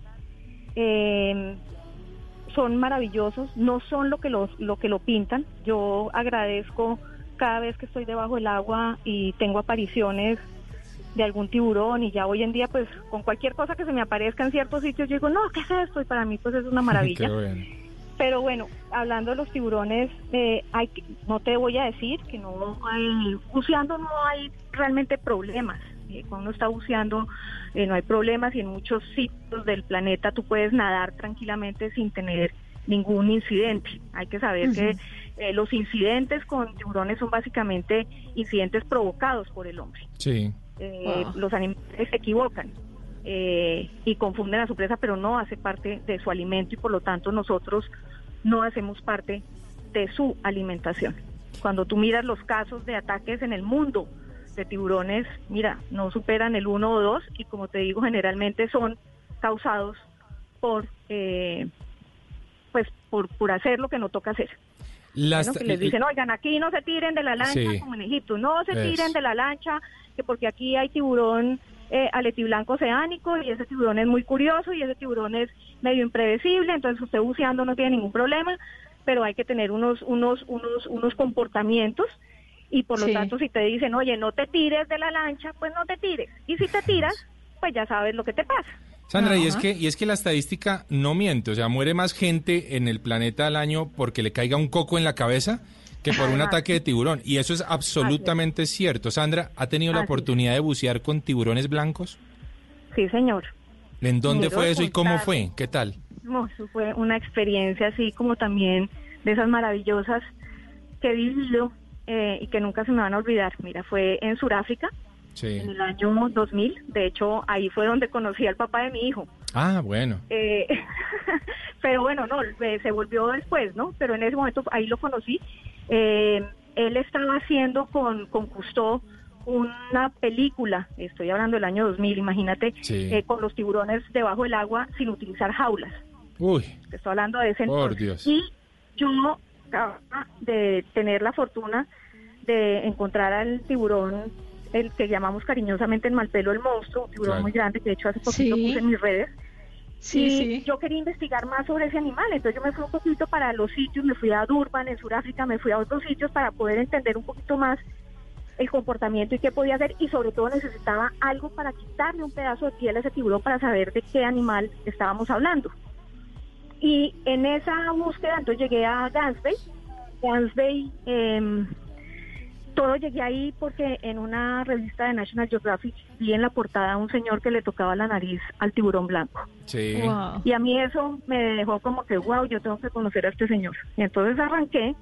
eh, son maravillosos, no son lo que los, lo que lo pintan. Yo agradezco cada vez que estoy debajo del agua y tengo apariciones de algún tiburón, y ya hoy en día pues con cualquier cosa que se me aparezca en ciertos sitios yo digo, no, ¿qué es esto? Y para mí pues es una maravilla. Qué bueno. Pero bueno, hablando de los tiburones, eh, hay que, no te voy a decir que no hay, buceando no hay realmente problemas. Eh, cuando uno está buceando eh, no hay problemas, y en muchos sitios del planeta tú puedes nadar tranquilamente sin tener ningún incidente. Hay que saber Ujú. que eh, los incidentes con tiburones son básicamente incidentes provocados por el hombre. Sí. Eh, Wow. Los animales se equivocan eh, y confunden a su presa, pero no hace parte de su alimento, y por lo tanto nosotros no hacemos parte de su alimentación. Cuando tú miras los casos de ataques en el mundo de tiburones, mira, no superan el uno o dos, y como te digo, generalmente son causados por eh, pues por, por hacer lo que no toca hacer. Las- Bueno, que les dicen, oigan, aquí no se tiren de la lancha, Sí. como en Egipto, no se Eso. tiren de la lancha, que porque aquí hay tiburón eh, aletiblanco oceánico, y ese tiburón es muy curioso, y ese tiburón es medio impredecible, entonces usted buceando no tiene ningún problema, pero hay que tener unos unos unos unos comportamientos, y por lo Sí. tanto si te dicen, oye, no te tires de la lancha, pues no te tires, y si te tiras, pues ya sabes lo que te pasa. Sandra, y es Ajá. que y es que la estadística no miente, o sea, muere más gente en el planeta al año porque le caiga un coco en la cabeza que por un Además. ataque de tiburón. Y eso es absolutamente cierto. Sandra, ¿ha tenido la Así es. oportunidad de bucear con tiburones blancos? Sí, señor. ¿En dónde Quiero fue eso y cómo contar. fue? ¿Qué tal? No, eso fue una experiencia así como también de esas maravillosas que he vivido eh, y que nunca se me van a olvidar. Mira, fue en Sudáfrica Sí. en el año dos mil. De hecho, ahí fue donde conocí al papá de mi hijo. Ah, bueno. Eh, pero bueno, no, eh, se volvió después, ¿no? Pero en ese momento ahí lo conocí. Eh, él estaba haciendo con, con Cousteau una película, estoy hablando del año dos mil, imagínate, Sí. eh, con los tiburones debajo del agua sin utilizar jaulas. Uy, Estoy hablando de ese por entonces. Dios. Y yo acababa de tener la fortuna de encontrar al tiburón, el que llamamos cariñosamente en Malpelo el monstruo, un tiburón Claro. muy grande que de hecho hace poquito Sí. puse en mis redes. Sí, y sí. yo quería investigar más sobre ese animal, entonces yo me fui un poquito para los sitios, me fui a Durban en Sudáfrica, me fui a otros sitios para poder entender un poquito más el comportamiento y qué podía hacer, y sobre todo necesitaba algo para quitarle un pedazo de piel a ese tiburón para saber de qué animal estábamos hablando. Y en esa búsqueda entonces llegué a Gansby. Gansby, eh, todo llegué ahí porque en una revista de National Geographic vi en la portada a un señor que le tocaba la nariz al tiburón blanco. Sí. Y a mí eso me dejó como que, wow, yo tengo que conocer a este señor. Y entonces arranqué,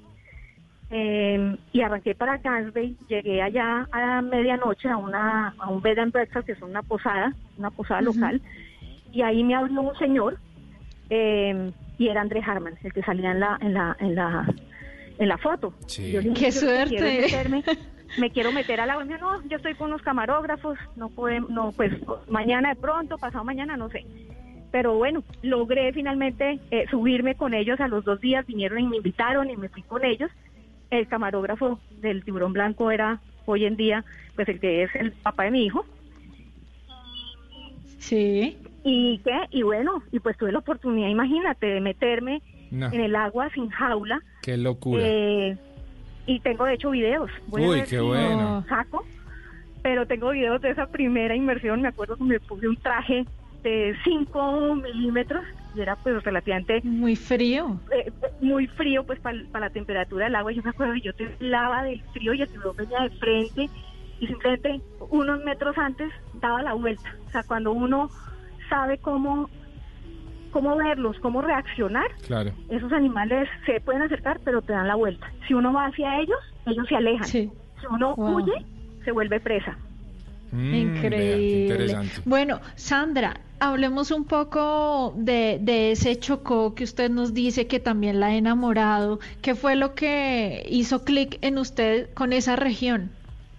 eh, y arranqué para Gansby, llegué allá a medianoche a una a un bed and breakfast, que es una posada, una posada Ujú. local, y ahí me habló un señor, eh, y era André Harman, el que salía en la en la en la en la foto. Sí. Yo le dije, ¡Qué "Yo suerte!" quiero meterme, me quiero meter al agua. Y me dijo, no, yo estoy con unos camarógrafos, no podemos, no, pues mañana de pronto, pasado mañana, no sé. Pero bueno, logré finalmente eh, subirme con ellos. A los dos días vinieron y me invitaron y me fui con ellos. El camarógrafo del tiburón blanco era hoy en día, pues el que es el papá de mi hijo. Sí. ¿Y qué? Y bueno, y pues tuve la oportunidad, imagínate, de meterme No. en el agua sin jaula. Qué locura. Eh, y tengo de hecho videos. Voy a Uy, ver qué si bueno. los saco, pero tengo videos de esa primera inmersión. Me acuerdo que me puse un traje de cinco milímetros y era pues relativamente muy frío. Eh, muy frío pues para la temperatura del agua. Yo me acuerdo que yo temblaba del frío y el tiburón venía de frente y simplemente unos metros antes daba la vuelta. O sea, cuando uno sabe cómo cómo verlos, cómo reaccionar, Claro. esos animales se pueden acercar, pero te dan la vuelta. Si uno va hacia ellos, ellos se alejan. Sí. Si uno Wow. huye, se vuelve presa. Mm, vea, qué Increíble. interesante. Bueno, Sandra, hablemos un poco de, de ese Chocó que usted nos dice que también la ha enamorado. ¿Qué fue lo que hizo clic en usted con esa región?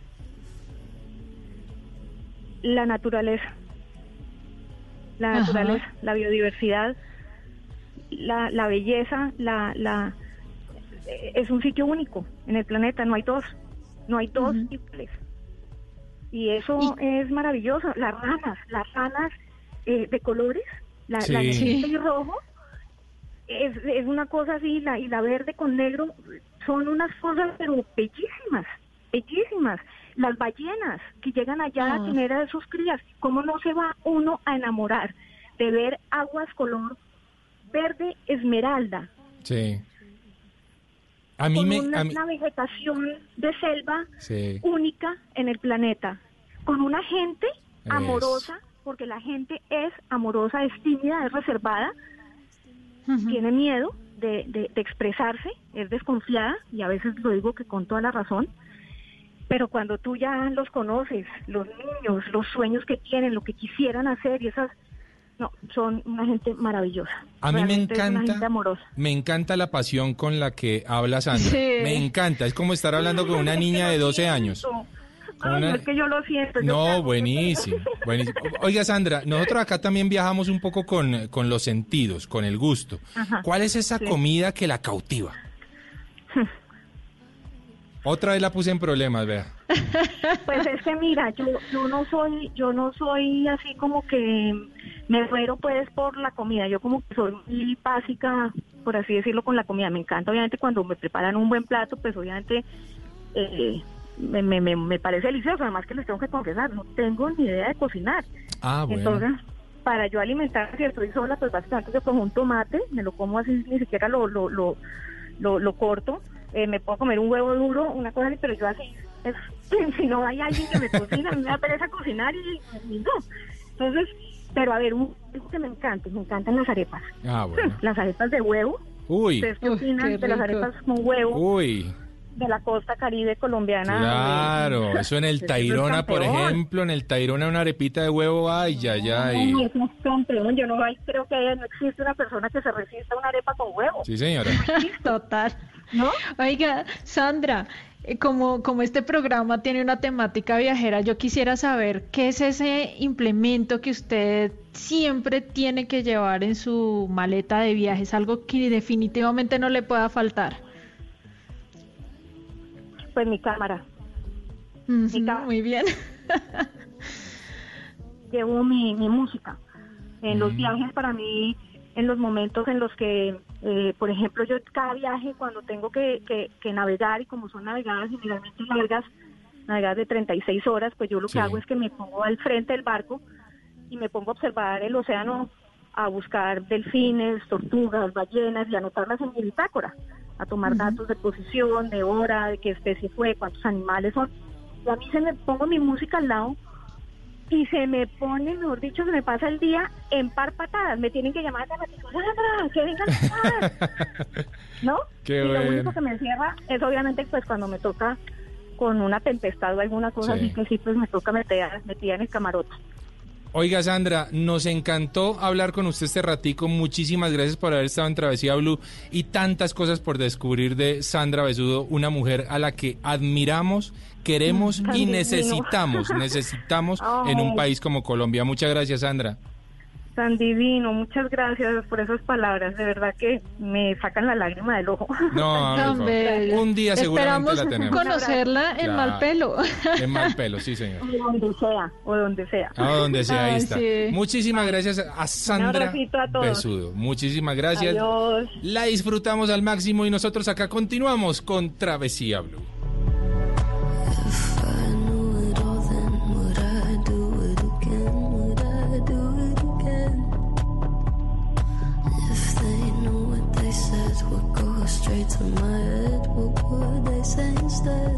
La naturaleza. La Ajá. naturaleza, la biodiversidad, la, la belleza, la, la eh, es un sitio único en el planeta, no hay dos, no hay dos Ujú. iguales. Y eso es maravilloso. Las ranas, las ranas eh, de colores, la, Sí. la negrita Sí. y rojo, es, es una cosa así, la, y la verde con negro, son unas cosas pero bellísimas, bellísimas. Las ballenas que llegan allá Ah. a tener a sus crías, ¿cómo no se va uno a enamorar de ver aguas color verde esmeralda? Sí. A mí con me... una, a mí- una vegetación de selva Sí. única en el planeta, con una gente Eso. amorosa, porque la gente es amorosa, es tímida, es reservada, tiene miedo de, de- de expresarse, es desconfiada, y a veces lo digo que con toda la razón, pero cuando tú ya los conoces, los niños, los sueños que tienen, lo que quisieran hacer, y esas, no, son una gente maravillosa. A mí me Realmente es una encanta, gente amorosa. me encanta la pasión con la que habla Sandra. Sí. Me encanta, es como estar hablando con una niña de doce años. Con Ay, una- no, es que yo lo siento. yo No, buenísimo, buenísimo. Oiga, Sandra, nosotros acá también viajamos un poco con, con los sentidos, con el gusto. Ajá. ¿Cuál es esa Sí. comida que la cautiva? Otra vez la puse en problemas, vea. Pues es que mira, yo yo no soy yo no soy así como que me muero pues por la comida. Yo como que soy muy básica, por así decirlo, con la comida. Me encanta obviamente cuando me preparan un buen plato, pues obviamente eh, me, me, me, me parece delicioso. Además que les tengo que confesar, no tengo ni idea de cocinar. Ah, bueno. Entonces, para yo alimentar, si estoy sola, pues básicamente yo cojo un tomate, me lo como así, ni siquiera lo lo lo lo, lo corto. eh, me puedo comer un huevo duro, una cosa así, pero yo así, es, si no hay alguien que me cocina, a mí me da pereza cocinar y, y no. Entonces, pero a ver, un algo que me encanta, me encantan las arepas. Ah, bueno. Las arepas de huevo. Uy. ¿Ustedes qué Uf, opinan qué de las rico. arepas con huevo? Uy. De la costa caribe colombiana. Claro, de- eso en el Eso es Tayrona, por campeón. ejemplo, en el Tayrona una arepita de huevo, ay, ay, ay. Ay, eso es campeón. Yo no hay- creo que no existe una persona que se resista a una arepa con huevo. Sí, señora. Total. ¿No? Oiga, Sandra, eh, como, como este programa tiene una temática viajera, yo quisiera saber qué es ese implemento que usted siempre tiene que llevar en su maleta de viajes, algo que definitivamente no le pueda faltar. Pues mi cámara. Ujú, Mi cámara. muy bien. Llevo mi, mi música. En los Mm. viajes para mí, en los momentos en los que, eh, por ejemplo, yo cada viaje cuando tengo que, que, que navegar, y como son navegadas generalmente largas, navegadas de treinta y seis horas, pues yo lo Sí. que hago es que me pongo al frente del barco y me pongo a observar el océano, a buscar delfines, tortugas, ballenas y anotarlas en mi bitácora, a tomar datos de posición, de hora, de qué especie fue, cuántos animales son. Y a mí se me pongo mi música al lado y se me pone, mejor dicho, se me pasa el día en par patadas. Me tienen que llamar a ratito, Sandra, que vengan a estar", ¿no? Qué y lo bueno. único que me encierra es obviamente pues cuando me toca con una tempestad o alguna cosa Sí. así, que sí pues me toca meter, metida en el camarote. Oiga, Sandra, nos encantó hablar con usted este ratico. Muchísimas gracias por haber estado en Travesía Blue y tantas cosas por descubrir de Sandra Besudo, una mujer a la que admiramos, queremos Tan y divino. necesitamos, necesitamos en un Ay. país como Colombia. Muchas gracias, Sandra. Tan divino, muchas gracias por esas palabras, de verdad que me sacan la lágrima del ojo. No, Tan por favor. bella. Un día seguramente Esperamos la tenemos. conocerla en Claro. Malpelo. En mal pelo, sí, señor. O donde sea, o donde sea. A donde sea, ahí Ay, está. sí. Muchísimas gracias a Sandra abracito a todos. Besudo. Muchísimas gracias. Adiós. La disfrutamos al máximo y nosotros acá continuamos con Travesía Blue. If I knew it all, then would I do it again? Would I do it again? If they knew what they said would go straight to my head, what would they say instead?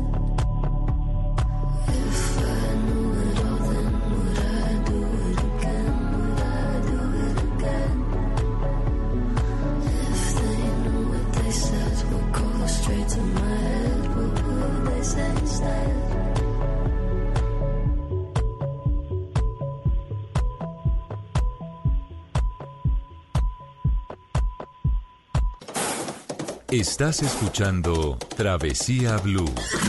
If I knew it all, then would I do it again? Would I do it again? If they knew what they said would go straight to my head, what would they say instead? Estás escuchando Travesía Blue.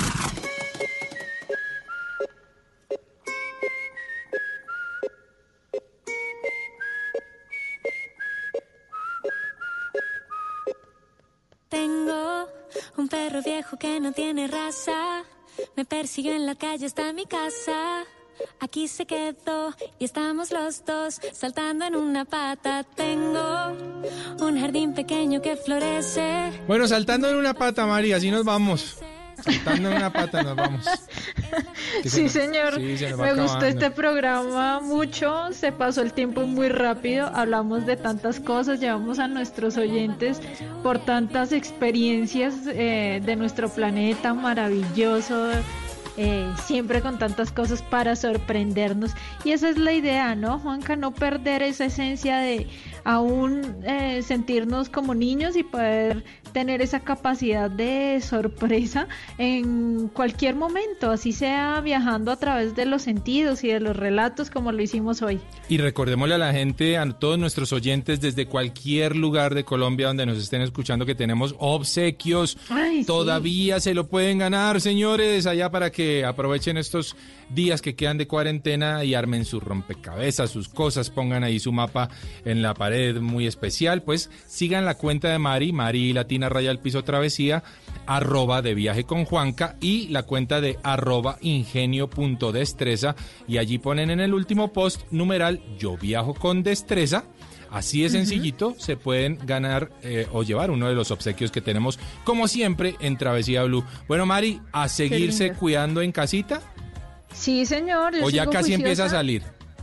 Tengo un perro viejo que no tiene raza. Me persiguió en la calle hasta mi casa. Aquí se quedó y estamos los dos saltando en una pata. Tengo un jardín pequeño que florece. Bueno, saltando en una pata, María, así nos vamos. Saltando en una pata nos vamos. Que se Sí, nos- señor. sí, se nos va Me gustó acabando. este programa mucho. Se pasó el tiempo muy rápido. Hablamos de tantas cosas. Llevamos a nuestros oyentes por tantas experiencias eh, de nuestro planeta maravilloso. eh, siempre con tantas cosas para sorprendernos. Y esa es la idea, ¿no, Juanca? No perder esa esencia de aún eh, sentirnos como niños y poder tener esa capacidad de sorpresa en cualquier momento, así sea viajando a través de los sentidos y de los relatos como lo hicimos hoy. Y recordémosle a la gente, a todos nuestros oyentes desde cualquier lugar de Colombia donde nos estén escuchando, que tenemos obsequios. Ay, sí. Todavía se lo pueden ganar, señores, allá para que aprovechen estos días que quedan de cuarentena y armen sus rompecabezas, sus cosas, pongan ahí su mapa en la pared muy especial. Pues sigan la cuenta de Mari, Mari Latina Raya al Piso Travesía, arroba de viaje con Juanca, y la cuenta de arroba ingenio punto destreza, y allí ponen en el último post numeral yo viajo con destreza. Así de sencillito, uh-huh. se pueden ganar eh, o llevar uno de los obsequios que tenemos, como siempre, en Travesía Blue. Bueno, Mari, a seguirse cuidando en casita. Sí, señor. Yo ¿O ya sigo casi juiciosa. empieza a salir?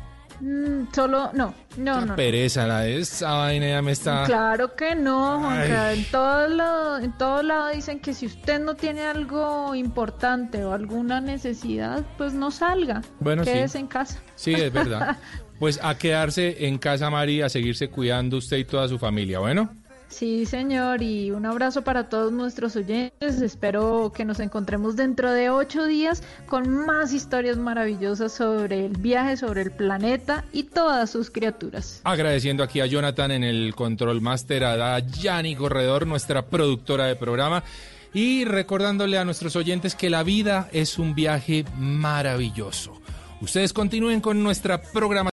Mm, solo, no, no, no. no. Pereza, la de esa vaina ya me está... Claro que no, Juanca. Ay. En todo lado, en todo lado dicen que si usted no tiene algo importante o alguna necesidad, pues no salga. Bueno, Quédese sí. en casa. Sí, es verdad. Pues a quedarse en casa, Mari, a seguirse cuidando usted y toda su familia, ¿bueno? Sí, señor, y un abrazo para todos nuestros oyentes. Espero que nos encontremos dentro de ocho días con más historias maravillosas sobre el viaje, sobre el planeta y todas sus criaturas. Agradeciendo aquí a Jonathan en el Control Master, a Dayani Corredor, nuestra productora de programa, y recordándole a nuestros oyentes que la vida es un viaje maravilloso. Ustedes continúen con nuestra programación.